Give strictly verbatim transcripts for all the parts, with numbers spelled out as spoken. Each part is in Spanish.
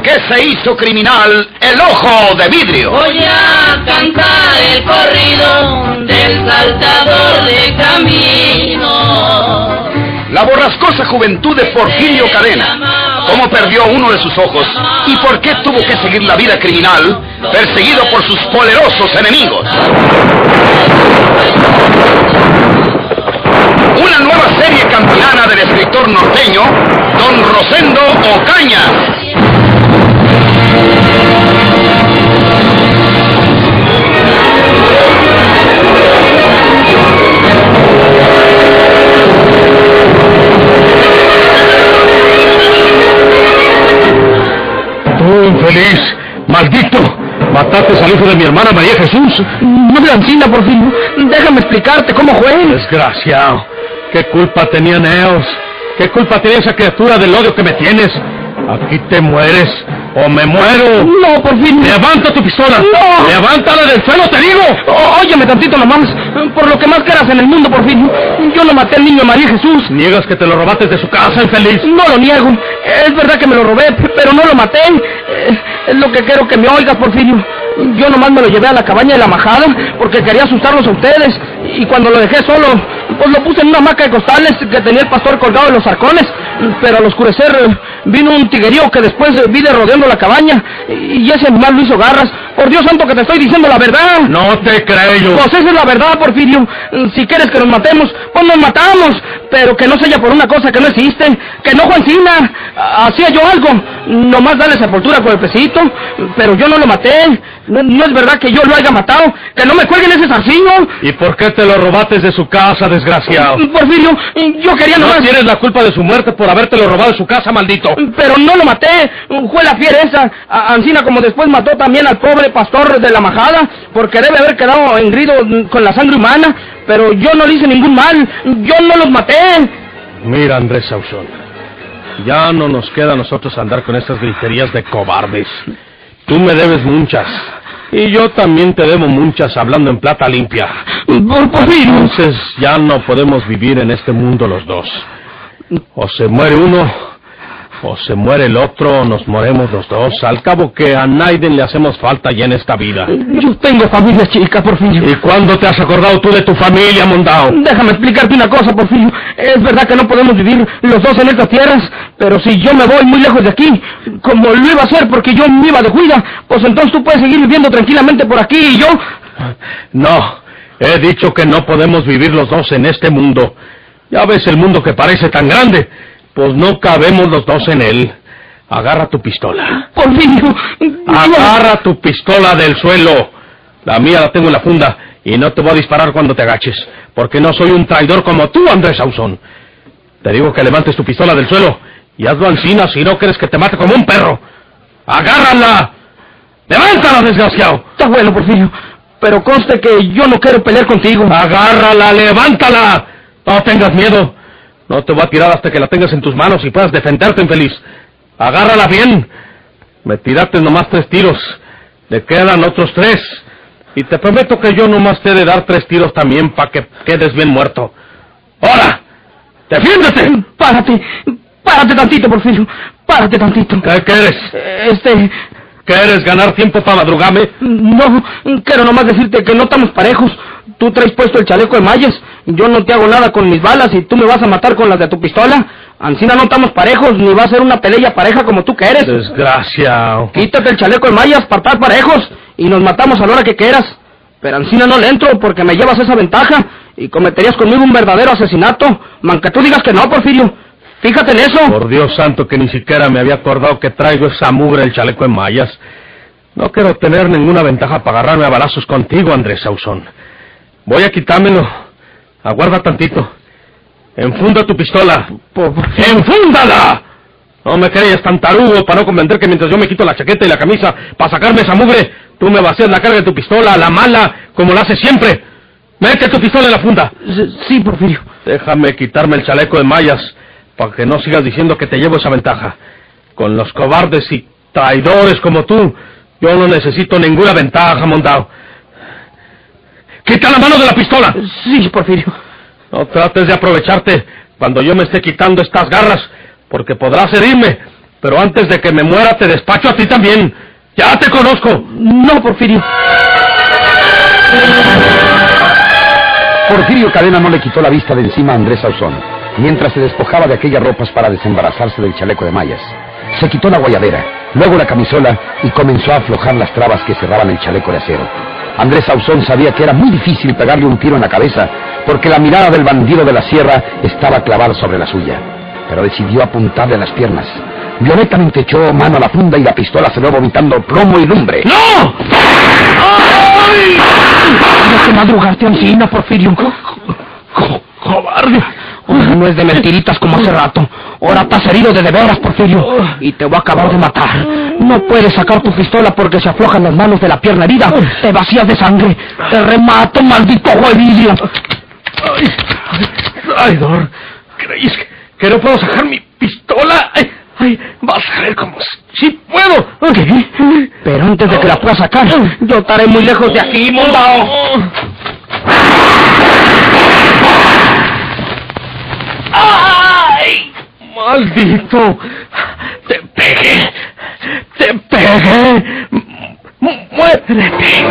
qué se hizo criminal el Ojo de Vidrio. Voy a cantar el corrido del saltador de camino. La borrascosa juventud de Porfirio Cadena, cómo perdió uno de sus ojos y por qué tuvo que seguir la vida criminal, perseguido por sus poderosos enemigos. Una nueva serie campilana del escritor norteño, don Rosendo Ocaña. Tú, infeliz, maldito, mataste al hijo de mi hermana María Jesús. No me ansina, Porfirio. Déjame explicarte cómo fue. Desgraciado. ¿Qué culpa tenían ellos? ¿Qué culpa tenía esa criatura del odio que me tienes? Aquí te mueres o me muero. No, Porfirio. ¡Levanta tu pistola! ¡No! ¡Levántala del suelo, te digo! O, óyeme tantito nomás. Por lo que más quieras en el mundo, Porfirio, yo no maté al niño María Jesús. ¿Niegas que te lo robaste de su casa, infeliz? No lo niego. Es verdad que me lo robé, pero no lo maté. Eh, es lo que quiero que me oigas, Porfirio. Yo nomás me lo llevé a la cabaña de la Majada porque quería asustarlos a ustedes. Y cuando lo dejé solo, pues lo puse en una hamaca de costales que tenía el pastor colgado de los arcones. Pero al oscurecer vino un tiguerío que después vi de rodeando la cabaña. Y ese animal lo hizo garras. Por Dios santo que te estoy diciendo la verdad. No te creo. Pues esa es la verdad, Porfirio. Si quieres que nos matemos, pues nos matamos. Pero que no sea por una cosa que no existe. Que no, Juancina. Hacía yo algo. Nomás darle sepultura con el pesito. Pero yo no lo maté. No, no es verdad que yo lo haya matado. Que no me cuelguen ese zarcillo. ¿Y por qué te lo robaste de su casa, desgraciado? Porfirio, yo quería nomás... No tienes la culpa de su muerte por habértelo robado de su casa, maldito. Pero no lo maté. Fue la fiera esa. Ancina como después mató también al pobre pastor de la Majada. Porque debe haber quedado engrido con la sangre humana. Pero yo no le hice ningún mal. Yo no los maté. Mira, Andrés Sauzón, ya no nos queda a nosotros andar con estas griterías de cobardes. Tú me debes muchas. Y yo también te debo muchas, hablando en plata limpia. Por Porfirio. Entonces ya no podemos vivir en este mundo los dos. O se muere uno, o se muere el otro, o nos moremos los dos. Al cabo que a nadie le hacemos falta ya en esta vida. Yo tengo familia chica, Porfirio. ¿Y cuándo te has acordado tú de tu familia, mondao? Déjame explicarte una cosa, Porfirio. Es verdad que no podemos vivir los dos en estas tierras, pero si yo me voy muy lejos de aquí, como lo iba a hacer porque yo me iba de cuida, pues entonces tú puedes seguir viviendo tranquilamente por aquí y yo... No, he dicho que no podemos vivir los dos en este mundo. Ya ves el mundo que parece tan grande, pues no cabemos los dos en él. Agarra tu pistola. Porfirio... Agarra tu pistola del suelo. La mía la tengo en la funda y no te voy a disparar cuando te agaches, porque no soy un traidor como tú, Andrés Sauzón. Te digo que levantes tu pistola del suelo y hazlo ansina si no quieres que te mate como un perro. ¡Agárrala! ¡Levántala, desgraciado! Está bueno, Porfirio, pero conste que yo no quiero pelear contigo. ¡Agárrala, levántala! No tengas miedo. No te voy a tirar hasta que la tengas en tus manos y puedas defenderte, infeliz. Agárrala bien. Me tiraste nomás tres tiros. Le quedan otros tres. Y te prometo que yo nomás te he de dar tres tiros también para que quedes bien muerto. ¡Ahora! ¡Defiéndete! Párate, párate tantito, Porfirio. Párate tantito. ¿Qué quieres? Este... ¿Quieres ganar tiempo para madrugarme? No, quiero nomás decirte que no estamos parejos. Tú traes puesto el chaleco de mallas. Yo no te hago nada con mis balas y tú me vas a matar con las de tu pistola. Ancina no estamos parejos, ni va a ser una pelea pareja como tú quieres. Desgraciado. Quítate el chaleco de mallas para estar parejos y nos matamos a la hora que quieras. Pero Ancina no le entro porque me llevas esa ventaja y cometerías conmigo un verdadero asesinato. Manca tú digas que no, Porfirio. Fíjate en eso. Por Dios santo que ni siquiera me había acordado que traigo esa mugre del chaleco en mallas. No quiero tener ninguna ventaja para agarrarme a balazos contigo, Andrés Sauzón. Voy a quitármelo. Aguarda tantito. Enfunda tu pistola. ¡Enfúndala! No me creas tan tarugo para no comprender que mientras yo me quito la chaqueta y la camisa para sacarme esa mugre, tú me vacías la carga de tu pistola, la mala, como la haces siempre. Mete tu pistola en la funda. Sí, Porfirio. Déjame quitarme el chaleco de mallas para que no sigas diciendo que te llevo esa ventaja. Con los cobardes y traidores como tú, yo no necesito ninguna ventaja, mondao. ¡Quita la mano de la pistola! Sí, Porfirio. No trates de aprovecharte cuando yo me esté quitando estas garras, porque podrás herirme, pero antes de que me muera te despacho a ti también. ¡Ya te conozco! No, Porfirio. Porfirio Cadena no le quitó la vista de encima a Andrés Sauzón, mientras se despojaba de aquellas ropas para desembarazarse del chaleco de mallas. Se quitó la guayabera, luego la camisola y comenzó a aflojar las trabas que cerraban el chaleco de acero. Andrés Sauzón sabía que era muy difícil pegarle un tiro en la cabeza, porque la mirada del bandido de la sierra estaba clavada sobre la suya. Pero decidió apuntarle a las piernas. Violentamente echó mano a la funda y la pistola salió vomitando plomo y lumbre. ¡No! ¡Ay! ¿Tienes que madrugarte ansina, Porfirio? Co ¡Cobarde! No es de mentiritas como hace rato. Ahora estás herido de de veras, Porfirio, y te voy a acabar de matar. No puedes sacar tu pistola porque se aflojan las manos de la pierna herida. Te vacías de sangre. Te remato, maldito juevillo. ¡Ay! ¡Traidor! ¿Creéis que, que no puedo sacar mi pistola? ¡Ay! ¡Ay! ¡Vas a ver cómo sí puedo! ¿Qué? Pero antes de que la puedas sacar, yo estaré muy lejos de aquí, mondao. ¡Ay! ¡Maldito! ¡Te pegué! ¡Te pegué! ¡Muérete!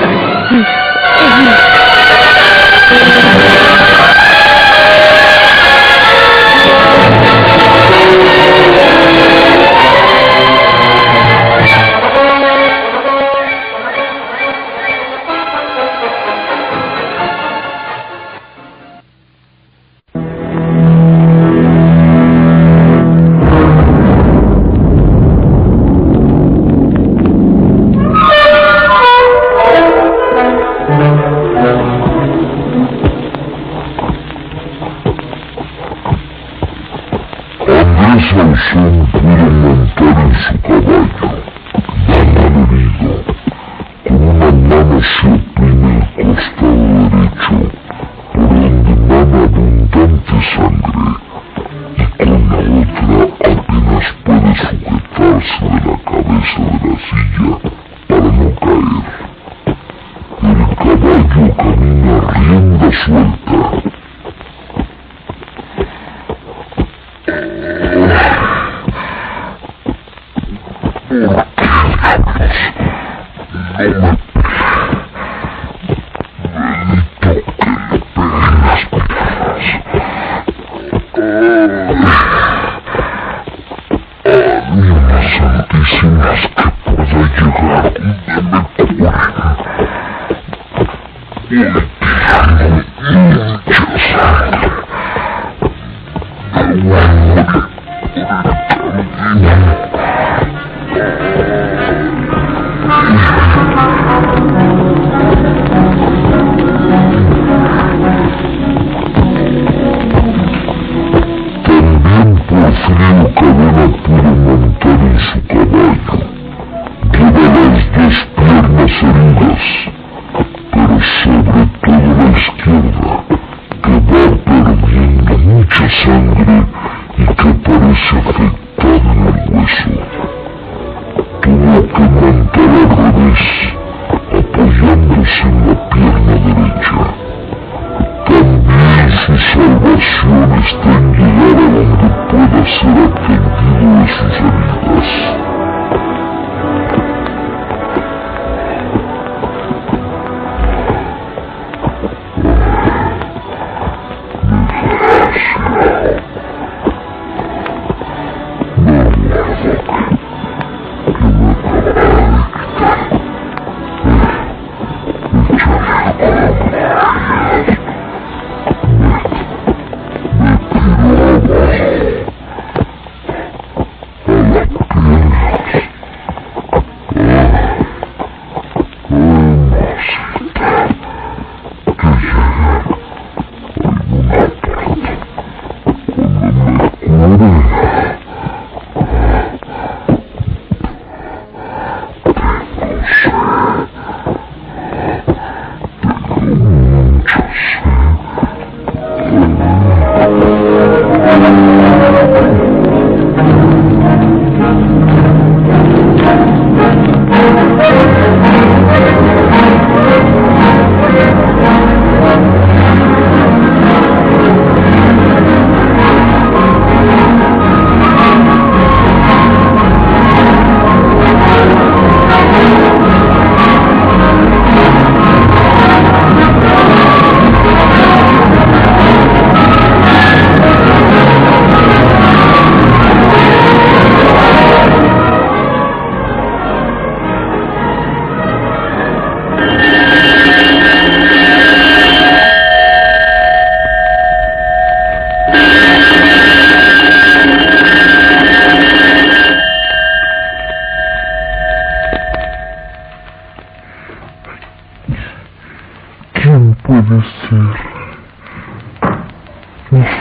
Sauzón pudo montar en su caballo, nada herido. Con una mano se oprime el costado derecho, por donde mana abundante sangre, y con la otra apenas puede sujetarse de la cabeza de la silla para no caer. El caballo camina a rienda suelta.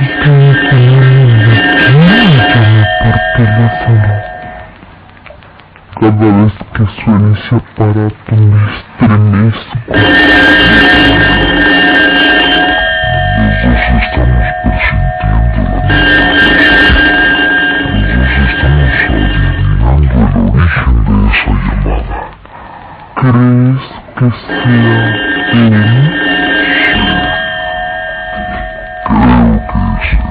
tiene que hablarme aquí, llame por teléfono. Cada vez que suena ese aparato me estremezco. Los dos estamos presintiendo la muerte. Los dos estamos adivinando el origen de esa llamada. ¿Crees que sea él? Creo que es él.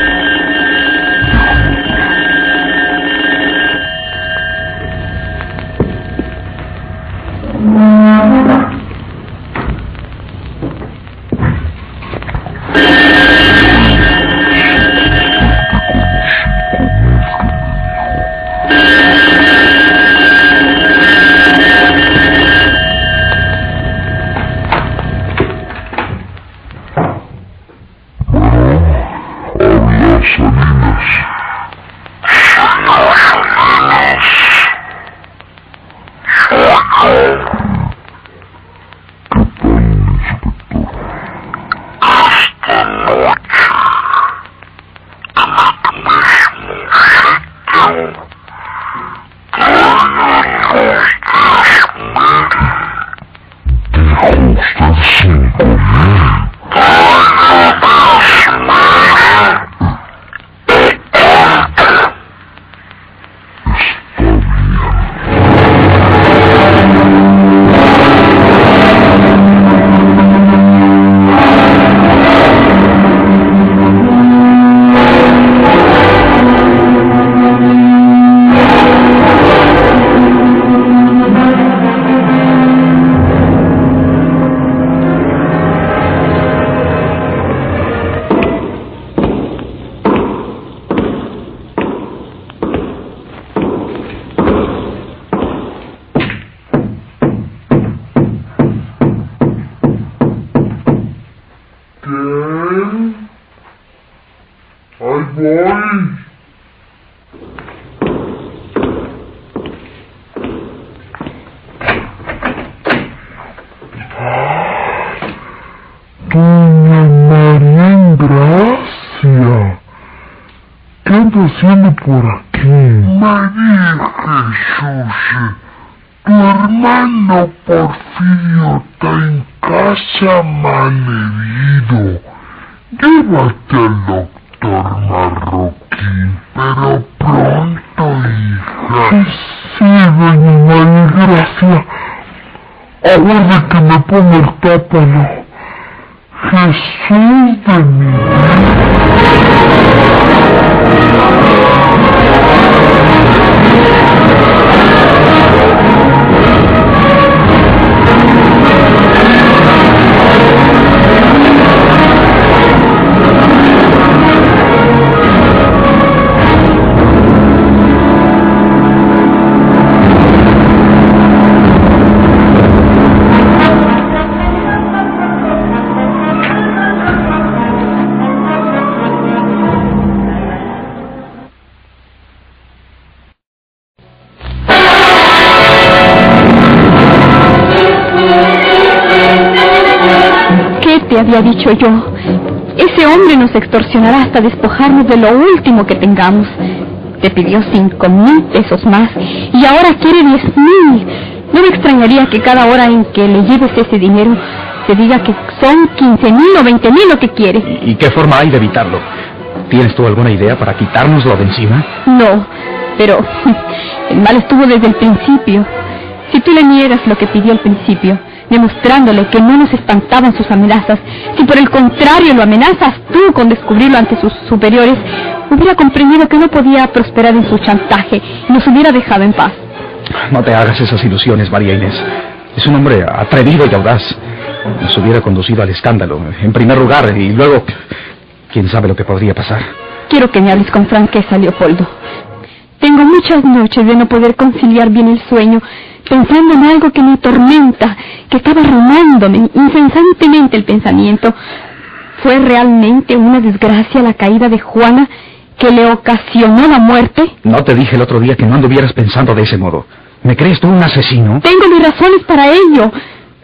Haciendo por aquí? María Jesús, tu hermano Porfirio está en casa malherido. Llévate al doctor Marroquín, pero pronto, hija. Sí, doña María, gracias. Aguarde que me ponga el tápalo. Jesús de mi vida. Te había dicho yo, ese hombre nos extorsionará hasta despojarnos de lo último que tengamos. Te pidió cinco mil pesos más y ahora quiere diez mil. No me extrañaría que cada hora en que le lleves ese dinero te diga que son quince mil o veinte mil lo que quiere. ¿Y qué forma hay de evitarlo? ¿Tienes tú alguna idea para quitárnoslo de encima? No, pero el mal estuvo desde el principio. Si tú le niegas lo que pidió al principio, demostrándole que no nos espantaban sus amenazas, si por el contrario lo amenazas tú con descubrirlo ante sus superiores, hubiera comprendido que no podía prosperar en su chantaje y nos hubiera dejado en paz. No te hagas esas ilusiones, María Inés. Es un hombre atrevido y audaz. Nos hubiera conducido al escándalo, en primer lugar, y luego, quién sabe lo que podría pasar. Quiero que me hables con franqueza, Leopoldo. Tengo muchas noches de no poder conciliar bien el sueño, pensando en algo que me atormenta, que estaba arruinándome incesantemente el pensamiento. ¿Fue realmente una desgracia la caída de Juana que le ocasionó la muerte? No te dije el otro día que no anduvieras pensando de ese modo. ¿Me crees tú un asesino? Tengo mis razones para ello.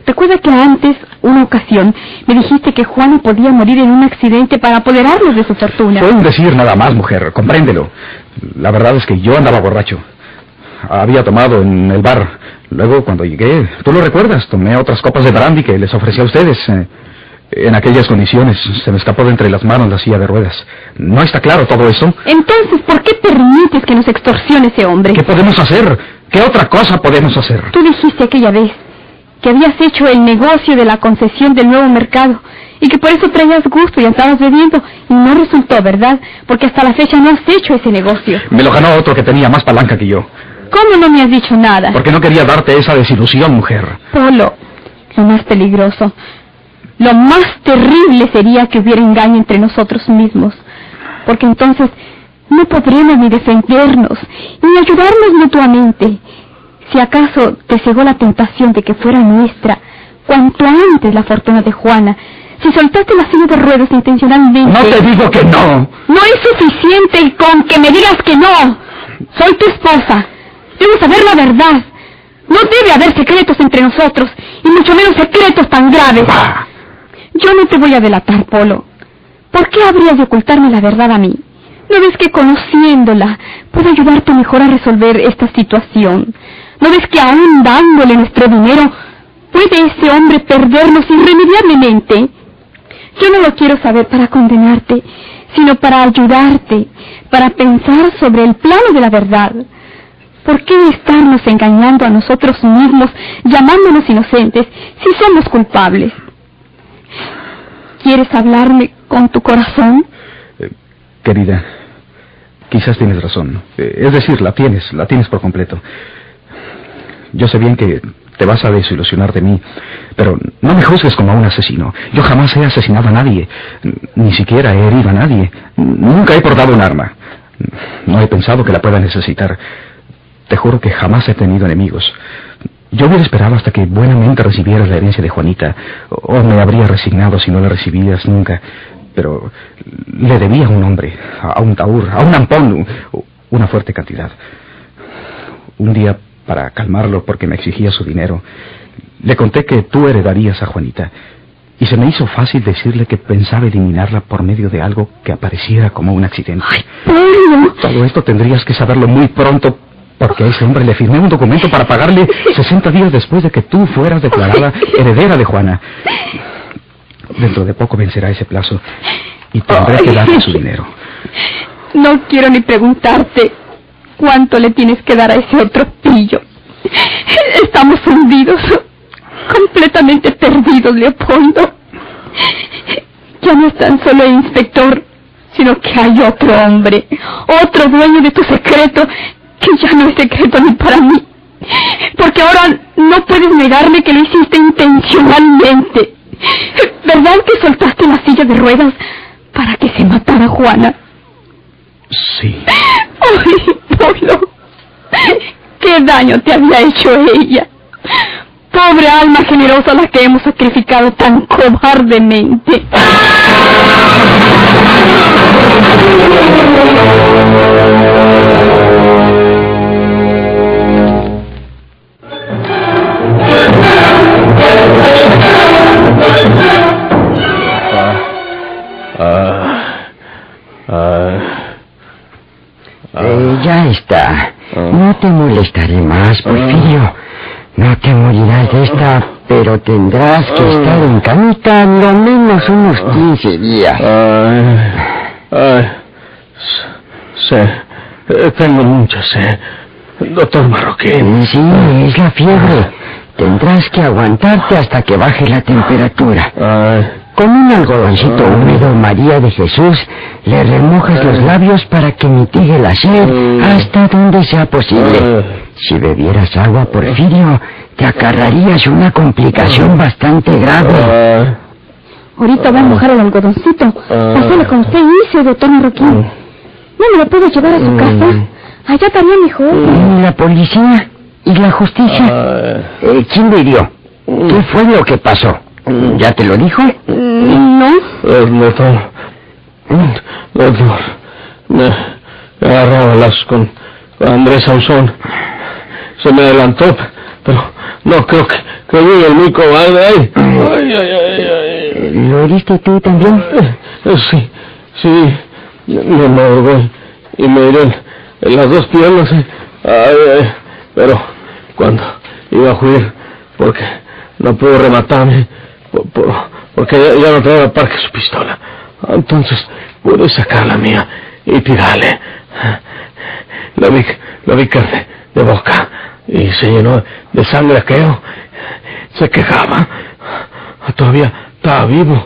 Recuerda que antes, una ocasión, me dijiste que Juana podía morir en un accidente para apoderarnos de su fortuna. Fue un decir nada más, mujer, compréndelo. La verdad es que yo andaba borracho. Había tomado en el bar. Luego, cuando llegué, tú lo recuerdas, tomé otras copas de brandy que les ofrecí a ustedes. Eh, en aquellas condiciones, se me escapó de entre las manos la silla de ruedas. ¿No está claro todo eso? Entonces, ¿por qué permites que nos extorsione ese hombre? ¿Qué podemos hacer? ¿Qué otra cosa podemos hacer? Tú dijiste aquella vez que habías hecho el negocio de la concesión del nuevo mercado y que por eso traías gusto y andabas bebiendo, y no resultó, ¿verdad? Porque hasta la fecha no has hecho ese negocio. Me lo ganó otro que tenía más palanca que yo. ¿Cómo no me has dicho nada? Porque no quería darte esa desilusión, mujer. Polo, lo más peligroso, lo más terrible sería que hubiera engaño entre nosotros mismos, porque entonces no podremos ni defendernos, ni ayudarnos mutuamente. Si acaso te cegó la tentación de que fuera nuestra, cuanto antes la fortuna de Juana, si soltaste la silla de ruedas intencionalmente... No te digo que no. No es suficiente con que me digas que no. Soy tu esposa. Debo saber la verdad. No debe haber secretos entre nosotros, y mucho menos secretos tan graves. Bah. Yo no te voy a delatar, Polo. ¿Por qué habrías de ocultarme la verdad a mí? ¿No ves que conociéndola puedo ayudarte mejor a resolver esta situación? ¿No ves que aún dándole nuestro dinero puede ese hombre perdernos irremediablemente? Yo no lo quiero saber para condenarte, sino para ayudarte, para pensar sobre el plano de la verdad. ¿Por qué estarnos engañando a nosotros mismos, llamándonos inocentes, si somos culpables? ¿Quieres hablarme con tu corazón? Eh, querida, quizás tienes razón. Eh, es decir, la tienes, la tienes por completo. Yo sé bien que te vas a desilusionar de mí, pero no me juzgues como a un asesino. Yo jamás he asesinado a nadie, ni siquiera he herido a nadie. Nunca he portado un arma. No he pensado que la pueda necesitar. Te juro que jamás he tenido enemigos. Yo hubiera esperado hasta que buenamente recibieras la herencia de Juanita, o me habría resignado si no la recibías nunca. Pero le debía a un hombre, a un taur, a un ampón, una fuerte cantidad. Un día, para calmarlo porque me exigía su dinero, le conté que tú heredarías a Juanita, y se me hizo fácil decirle que pensaba eliminarla por medio de algo que apareciera como un accidente. ¡Ay, Polo! Todo esto tendrías que saberlo muy pronto, porque a ese hombre le firmé un documento para pagarle sesenta días después de que tú fueras declarada heredera de Juana. Dentro de poco vencerá ese plazo y tendré que darle su dinero. No quiero ni preguntarte cuánto le tienes que dar a ese otro pillo. Estamos hundidos, completamente perdidos, Leopoldo. Ya no es tan solo el inspector, sino que hay otro hombre, otro dueño de tu secreto, que ya no es secreto ni para mí. Porque ahora no puedes negarme que lo hiciste intencionalmente. ¿Verdad que soltaste la silla de ruedas para que se matara Juana? Sí. ¡Ay, Polo! ¡Qué daño te había hecho ella! Pobre alma generosa la que hemos sacrificado tan cobardemente. Eh, ya está. No te molestaré más, Porfirio. No te morirás de esta, pero tendrás que estar en camita lo menos unos quince días. Ay, ay, sed. Tengo mucha sed. Doctor Marroquín. Sí, es la fiebre. Tendrás que aguantarte hasta que baje la temperatura. Ay. Con un algodoncito húmedo, María de Jesús, le remojas los labios para que mitigue la sed hasta donde sea posible. Si bebieras agua, Porfirio, te acarrarías una complicación bastante grave. Ahorita voy a mojar el algodoncito. Pásale con usted hizo, doctor Marroquín. ¿No me lo puedo llevar a su casa? Allá también, mejor. ¿La policía y la justicia? Eh, ¿Quién le dio? ¿Qué fue lo que pasó? ¿Ya te lo dijo? No. Doctor, doctor, me agarraba las con, con Andrés Sauzón. Se me adelantó, pero no creo que, que vive el muy cobarde. Ay, ay, ay, ay, ay. ¿Lo heriste tú también? Eh, sí, sí, me morgó y me hiré en, en las dos piernas. Eh. Ay, ay, pero cuando iba a huir, porque no pudo rematarme, por, por, porque ya, ya no traía parque su pistola. Entonces pude sacar la mía y tirarle. Lo vi, lo vi caer de boca y se llenó de sangre aquello. Se quejaba. Todavía estaba vivo.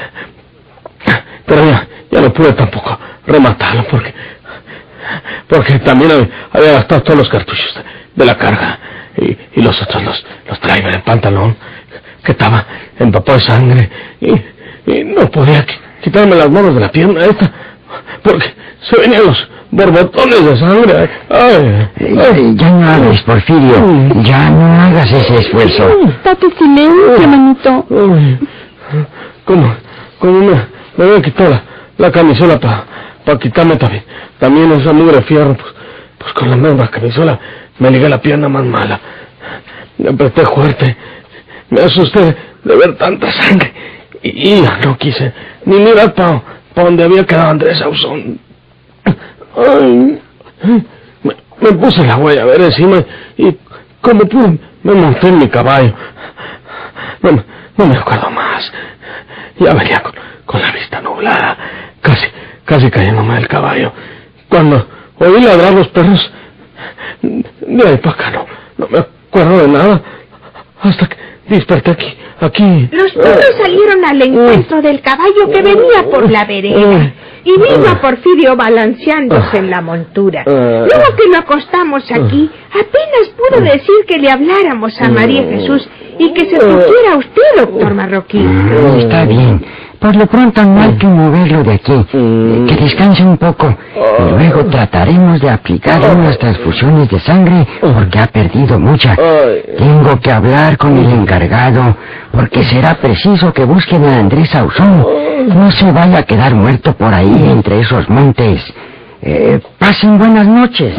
Pero ya, ya no pude tampoco rematarlo porque porque también había, había gastado todos los cartuchos de, de la carga y, y los otros los, los traía en el pantalón que estaba empapado de sangre y, y no podía quitarme las manos de la pierna esta porque se venían los borbotones de sangre. Ay, ay. Ya no hables, Porfirio. Ya no hagas ese esfuerzo. Date silencio, manito. ¿Cómo? ¿Cómo me, me voy a quitar la, la camisola para pa quitarme también, también esa mugre fierro? Pues, pues con la misma camisola me ligué la pierna más mala. Me apreté fuerte. Me asusté de, de ver tanta sangre. Y, y no quise ni mirar para pa donde había quedado Andrés Ausón. Ay, me, me puse la guayabera encima y como pude me monté en mi caballo. No, no me acuerdo más. Ya venía con, con la vista nublada, casi, casi cayéndome del caballo. Cuando oí ladrar los perros, de ahí para acá no, no me acuerdo de nada, hasta que desperté aquí, aquí. Los perros salieron al encuentro del caballo que venía por la vereda y vino a Porfirio balanceándose en la montura. Luego que lo acostamos aquí, apenas pudo decir que le habláramos a María Jesús y que se pusiera usted, doctor Marroquín. Está bien. Por lo pronto no hay que moverlo de aquí. Que descanse un poco. Y luego trataremos de aplicar unas transfusiones de sangre porque ha perdido mucha. Tengo que hablar con el encargado porque será preciso que busquen a Andrés Ausón. No se vaya a quedar muerto por ahí entre esos montes. Eh, pasen buenas noches.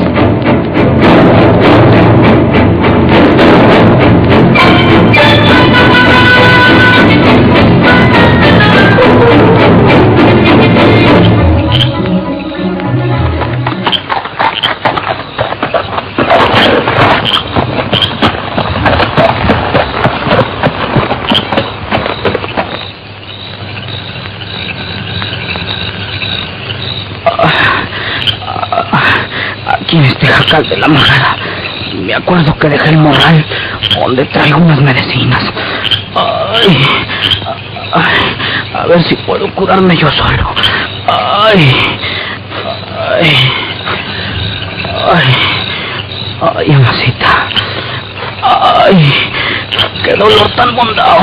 Aquí en este jacal de la majada me acuerdo que dejé el morral donde traigo unas medicinas. Ay, ay, a ver si puedo curarme yo solo. Ay, ay, ay, ay, amasita. Ay, qué dolor tan bondado.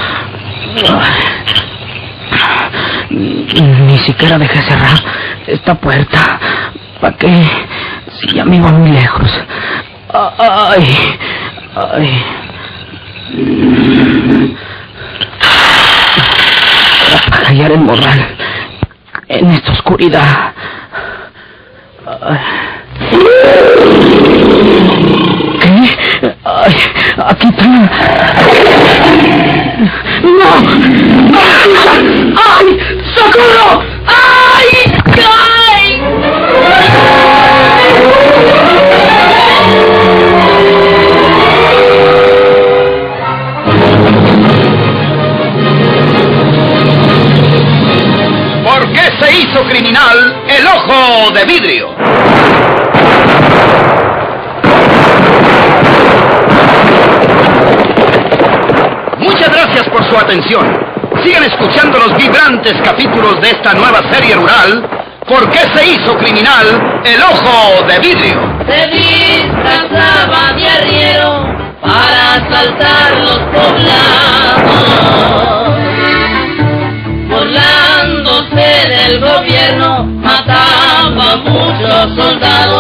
Ni siquiera dejé cerrar esta puerta. ¿Para qué? Si ya me iba muy lejos. Ay, ay. Para hallar el morral en esta oscuridad. Ay. ¿Qué? Ay, aquí está. ¡No! ¡Ay! ¡Socorro! ¡Ay! ¡Ay! ¿Por qué se hizo criminal el ojo de vidrio? Muchas gracias por su atención. Sigan escuchando los vibrantes capítulos de esta nueva serie rural, ¿Por qué se hizo criminal el ojo de vidrio? Se disfrazaba de arriero para asaltar los poblados. Burlándose del gobierno, mataba a muchos soldados.